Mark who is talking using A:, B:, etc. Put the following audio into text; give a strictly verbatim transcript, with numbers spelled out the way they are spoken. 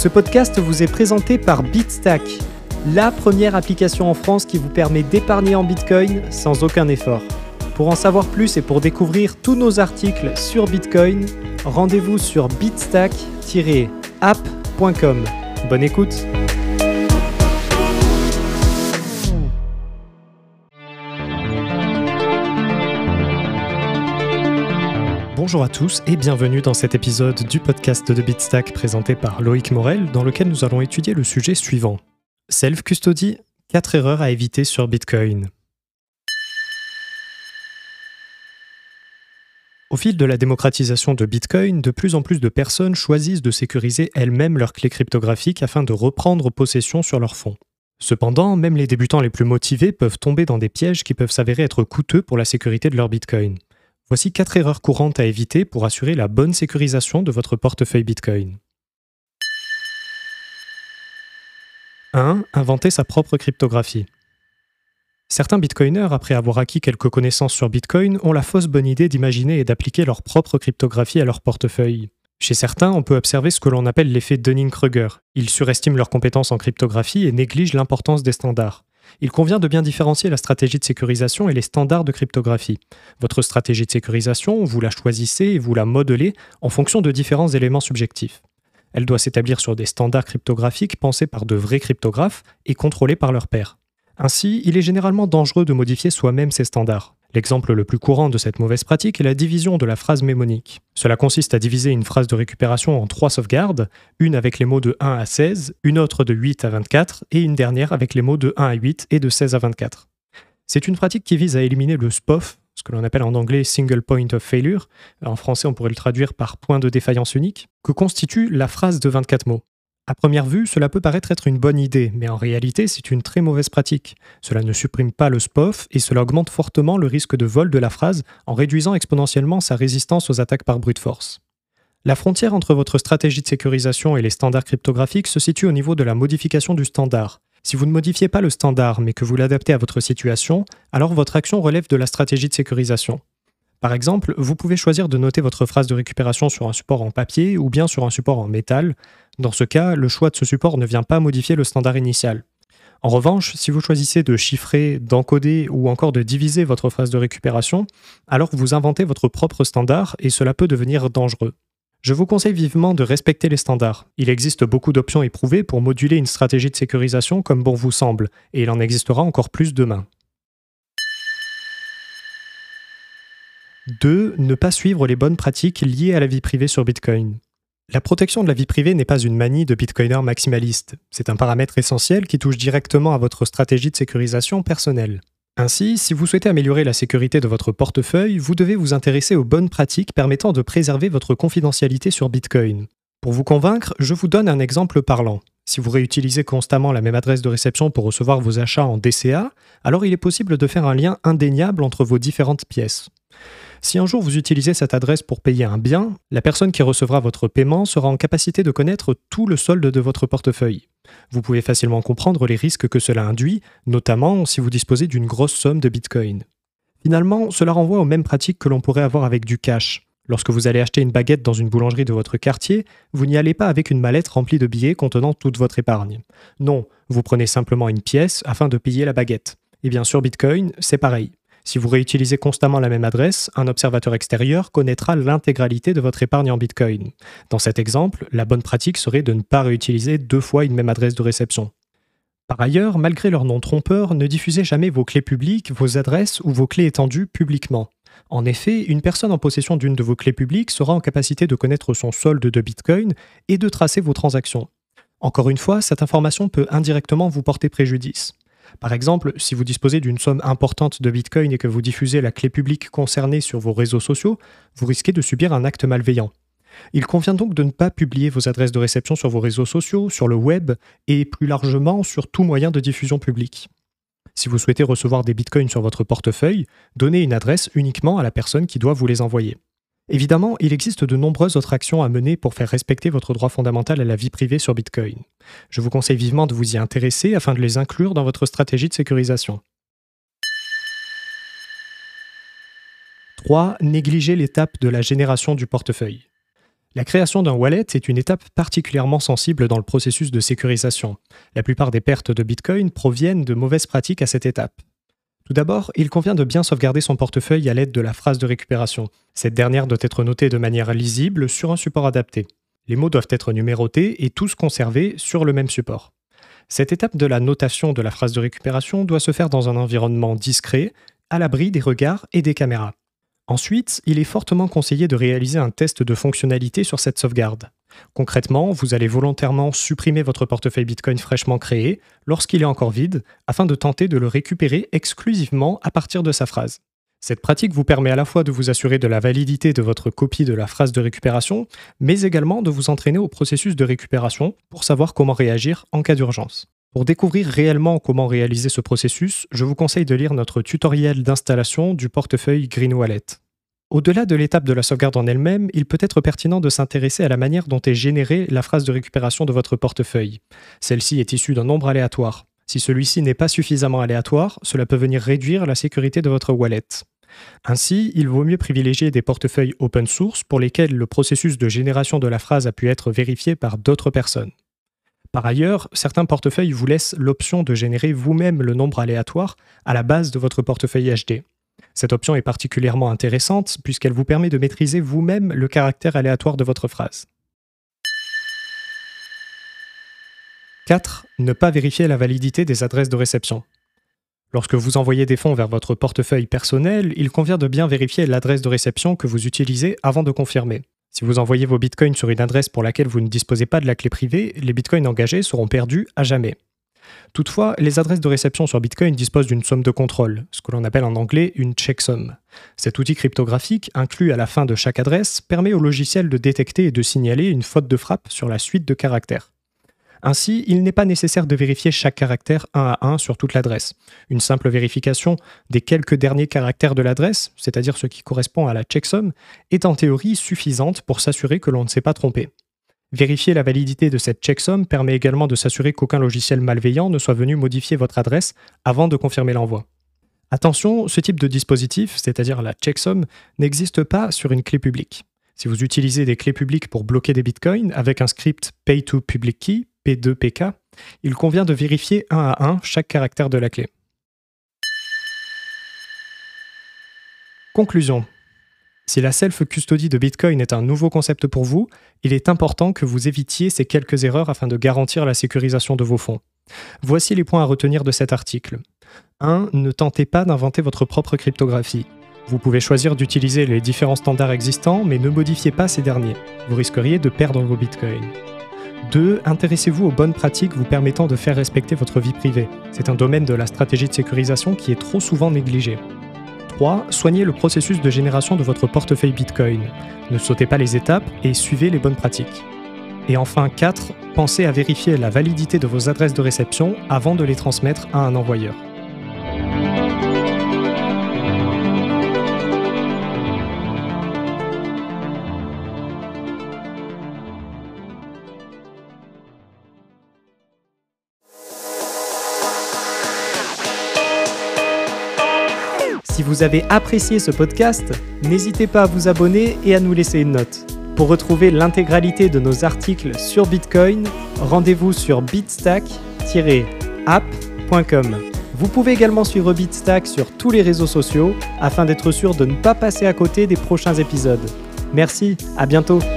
A: Ce podcast vous est présenté par BitStack, la première application en France qui vous permet d'épargner en Bitcoin sans aucun effort. Pour en savoir plus et pour découvrir tous nos articles sur Bitcoin, rendez-vous sur bitstack tiret app point com. Bonne écoute. Bonjour à tous et bienvenue dans cet épisode du podcast de BitStack présenté par Loïc Morel, dans lequel nous allons étudier le sujet suivant. Self-custody, quatre erreurs à éviter sur Bitcoin. Au fil de la démocratisation de Bitcoin, de plus en plus de personnes choisissent de sécuriser elles-mêmes leurs clés cryptographiques afin de reprendre possession sur leurs fonds. Cependant, même les débutants les plus motivés peuvent tomber dans des pièges qui peuvent s'avérer être coûteux pour la sécurité de leur Bitcoin. Voici quatre erreurs courantes à éviter pour assurer la bonne sécurisation de votre portefeuille Bitcoin. un. Inventer sa propre cryptographie. Certains bitcoiners, après avoir acquis quelques connaissances sur Bitcoin, ont la fausse bonne idée d'imaginer et d'appliquer leur propre cryptographie à leur portefeuille. Chez certains, on peut observer ce que l'on appelle l'effet Dunning-Kruger. Ils surestiment leurs compétences en cryptographie et négligent l'importance des standards. Il convient de bien différencier la stratégie de sécurisation et les standards de cryptographie. Votre stratégie de sécurisation, vous la choisissez et vous la modelez en fonction de différents éléments subjectifs. Elle doit s'établir sur des standards cryptographiques pensés par de vrais cryptographes et contrôlés par leurs pairs. Ainsi, il est généralement dangereux de modifier soi-même ces standards. L'exemple le plus courant de cette mauvaise pratique est la division de la phrase mémonique. Cela consiste à diviser une phrase de récupération en trois sauvegardes, une avec les mots de un à seize, une autre de huit à vingt-quatre et une dernière avec les mots de un à huit et de seize à vingt-quatre. C'est une pratique qui vise à éliminer le S P O F, ce que l'on appelle en anglais Single Point of Failure, en français on pourrait le traduire par point de défaillance unique, que constitue la phrase de vingt-quatre mots. À première vue, cela peut paraître être une bonne idée, mais en réalité, c'est une très mauvaise pratique. Cela ne supprime pas le S P O F et cela augmente fortement le risque de vol de la phrase en réduisant exponentiellement sa résistance aux attaques par brute force. La frontière entre votre stratégie de sécurisation et les standards cryptographiques se situe au niveau de la modification du standard. Si vous ne modifiez pas le standard mais que vous l'adaptez à votre situation, alors votre action relève de la stratégie de sécurisation. Par exemple, vous pouvez choisir de noter votre phrase de récupération sur un support en papier ou bien sur un support en métal. Dans ce cas, le choix de ce support ne vient pas modifier le standard initial. En revanche, si vous choisissez de chiffrer, d'encoder ou encore de diviser votre phrase de récupération, alors vous inventez votre propre standard et cela peut devenir dangereux. Je vous conseille vivement de respecter les standards. Il existe beaucoup d'options éprouvées pour moduler une stratégie de sécurisation comme bon vous semble, et il en existera encore plus demain. deux. Ne pas suivre les bonnes pratiques liées à la vie privée sur Bitcoin. La protection de la vie privée n'est pas une manie de bitcoiners maximalistes. C'est un paramètre essentiel qui touche directement à votre stratégie de sécurisation personnelle. Ainsi, si vous souhaitez améliorer la sécurité de votre portefeuille, vous devez vous intéresser aux bonnes pratiques permettant de préserver votre confidentialité sur Bitcoin. Pour vous convaincre, je vous donne un exemple parlant. Si vous réutilisez constamment la même adresse de réception pour recevoir vos achats en D C A, alors il est possible de faire un lien indéniable entre vos différentes pièces. Si un jour vous utilisez cette adresse pour payer un bien, la personne qui recevra votre paiement sera en capacité de connaître tout le solde de votre portefeuille. Vous pouvez facilement comprendre les risques que cela induit, notamment si vous disposez d'une grosse somme de Bitcoin. Finalement, cela renvoie aux mêmes pratiques que l'on pourrait avoir avec du cash. Lorsque vous allez acheter une baguette dans une boulangerie de votre quartier, vous n'y allez pas avec une mallette remplie de billets contenant toute votre épargne. Non, vous prenez simplement une pièce afin de payer la baguette. Et bien sur Bitcoin, c'est pareil. Si vous réutilisez constamment la même adresse, un observateur extérieur connaîtra l'intégralité de votre épargne en Bitcoin. Dans cet exemple, la bonne pratique serait de ne pas réutiliser deux fois une même adresse de réception. Par ailleurs, malgré leur nom trompeur, ne diffusez jamais vos clés publiques, vos adresses ou vos clés étendues publiquement. En effet, une personne en possession d'une de vos clés publiques sera en capacité de connaître son solde de Bitcoin et de tracer vos transactions. Encore une fois, cette information peut indirectement vous porter préjudice. Par exemple, si vous disposez d'une somme importante de Bitcoin et que vous diffusez la clé publique concernée sur vos réseaux sociaux, vous risquez de subir un acte malveillant. Il convient donc de ne pas publier vos adresses de réception sur vos réseaux sociaux, sur le web et plus largement sur tout moyen de diffusion publique. Si vous souhaitez recevoir des Bitcoins sur votre portefeuille, donnez une adresse uniquement à la personne qui doit vous les envoyer. Évidemment, il existe de nombreuses autres actions à mener pour faire respecter votre droit fondamental à la vie privée sur Bitcoin. Je vous conseille vivement de vous y intéresser afin de les inclure dans votre stratégie de sécurisation. trois. Négligez l'étape de la génération du portefeuille. La création d'un wallet est une étape particulièrement sensible dans le processus de sécurisation. La plupart des pertes de Bitcoin proviennent de mauvaises pratiques à cette étape. Tout d'abord, il convient de bien sauvegarder son portefeuille à l'aide de la phrase de récupération. Cette dernière doit être notée de manière lisible sur un support adapté. Les mots doivent être numérotés et tous conservés sur le même support. Cette étape de la notation de la phrase de récupération doit se faire dans un environnement discret, à l'abri des regards et des caméras. Ensuite, il est fortement conseillé de réaliser un test de fonctionnalité sur cette sauvegarde. Concrètement, vous allez volontairement supprimer votre portefeuille Bitcoin fraîchement créé lorsqu'il est encore vide, afin de tenter de le récupérer exclusivement à partir de sa phrase. Cette pratique vous permet à la fois de vous assurer de la validité de votre copie de la phrase de récupération, mais également de vous entraîner au processus de récupération pour savoir comment réagir en cas d'urgence. Pour découvrir réellement comment réaliser ce processus, je vous conseille de lire notre tutoriel d'installation du portefeuille Green Wallet. Au-delà de l'étape de la sauvegarde en elle-même, il peut être pertinent de s'intéresser à la manière dont est générée la phrase de récupération de votre portefeuille. Celle-ci est issue d'un nombre aléatoire. Si celui-ci n'est pas suffisamment aléatoire, cela peut venir réduire la sécurité de votre wallet. Ainsi, il vaut mieux privilégier des portefeuilles open source pour lesquels le processus de génération de la phrase a pu être vérifié par d'autres personnes. Par ailleurs, certains portefeuilles vous laissent l'option de générer vous-même le nombre aléatoire à la base de votre portefeuille H D. Cette option est particulièrement intéressante puisqu'elle vous permet de maîtriser vous-même le caractère aléatoire de votre phrase. quatre. Ne pas vérifier la validité des adresses de réception. Lorsque vous envoyez des fonds vers votre portefeuille personnel, il convient de bien vérifier l'adresse de réception que vous utilisez avant de confirmer. Si vous envoyez vos bitcoins sur une adresse pour laquelle vous ne disposez pas de la clé privée, les bitcoins engagés seront perdus à jamais. Toutefois, les adresses de réception sur Bitcoin disposent d'une somme de contrôle, ce que l'on appelle en anglais une checksum. Cet outil cryptographique, inclus à la fin de chaque adresse, permet au logiciel de détecter et de signaler une faute de frappe sur la suite de caractères. Ainsi, il n'est pas nécessaire de vérifier chaque caractère un à un sur toute l'adresse. Une simple vérification des quelques derniers caractères de l'adresse, c'est-à-dire ce qui correspond à la checksum, est en théorie suffisante pour s'assurer que l'on ne s'est pas trompé. Vérifier la validité de cette checksum permet également de s'assurer qu'aucun logiciel malveillant ne soit venu modifier votre adresse avant de confirmer l'envoi. Attention, ce type de dispositif, c'est-à-dire la checksum, n'existe pas sur une clé publique. Si vous utilisez des clés publiques pour bloquer des bitcoins avec un script Pay to Public Key, P deux P K, il convient de vérifier un à un chaque caractère de la clé. Conclusion. Si la self-custody de Bitcoin est un nouveau concept pour vous, il est important que vous évitiez ces quelques erreurs afin de garantir la sécurisation de vos fonds. Voici les points à retenir de cet article. un. Ne tentez pas d'inventer votre propre cryptographie. Vous pouvez choisir d'utiliser les différents standards existants, mais ne modifiez pas ces derniers. Vous risqueriez de perdre vos bitcoins. deux. Intéressez-vous aux bonnes pratiques vous permettant de faire respecter votre vie privée. C'est un domaine de la stratégie de sécurisation qui est trop souvent négligé. trois. Soignez le processus de génération de votre portefeuille Bitcoin. Ne sautez pas les étapes et suivez les bonnes pratiques. Et enfin quatre. Pensez à vérifier la validité de vos adresses de réception avant de les transmettre à un envoyeur. Si vous avez apprécié ce podcast, n'hésitez pas à vous abonner et à nous laisser une note. Pour retrouver l'intégralité de nos articles sur Bitcoin, rendez-vous sur bitstack tiret app point com. Vous pouvez également suivre Bitstack sur tous les réseaux sociaux afin d'être sûr de ne pas passer à côté des prochains épisodes. Merci, à bientôt.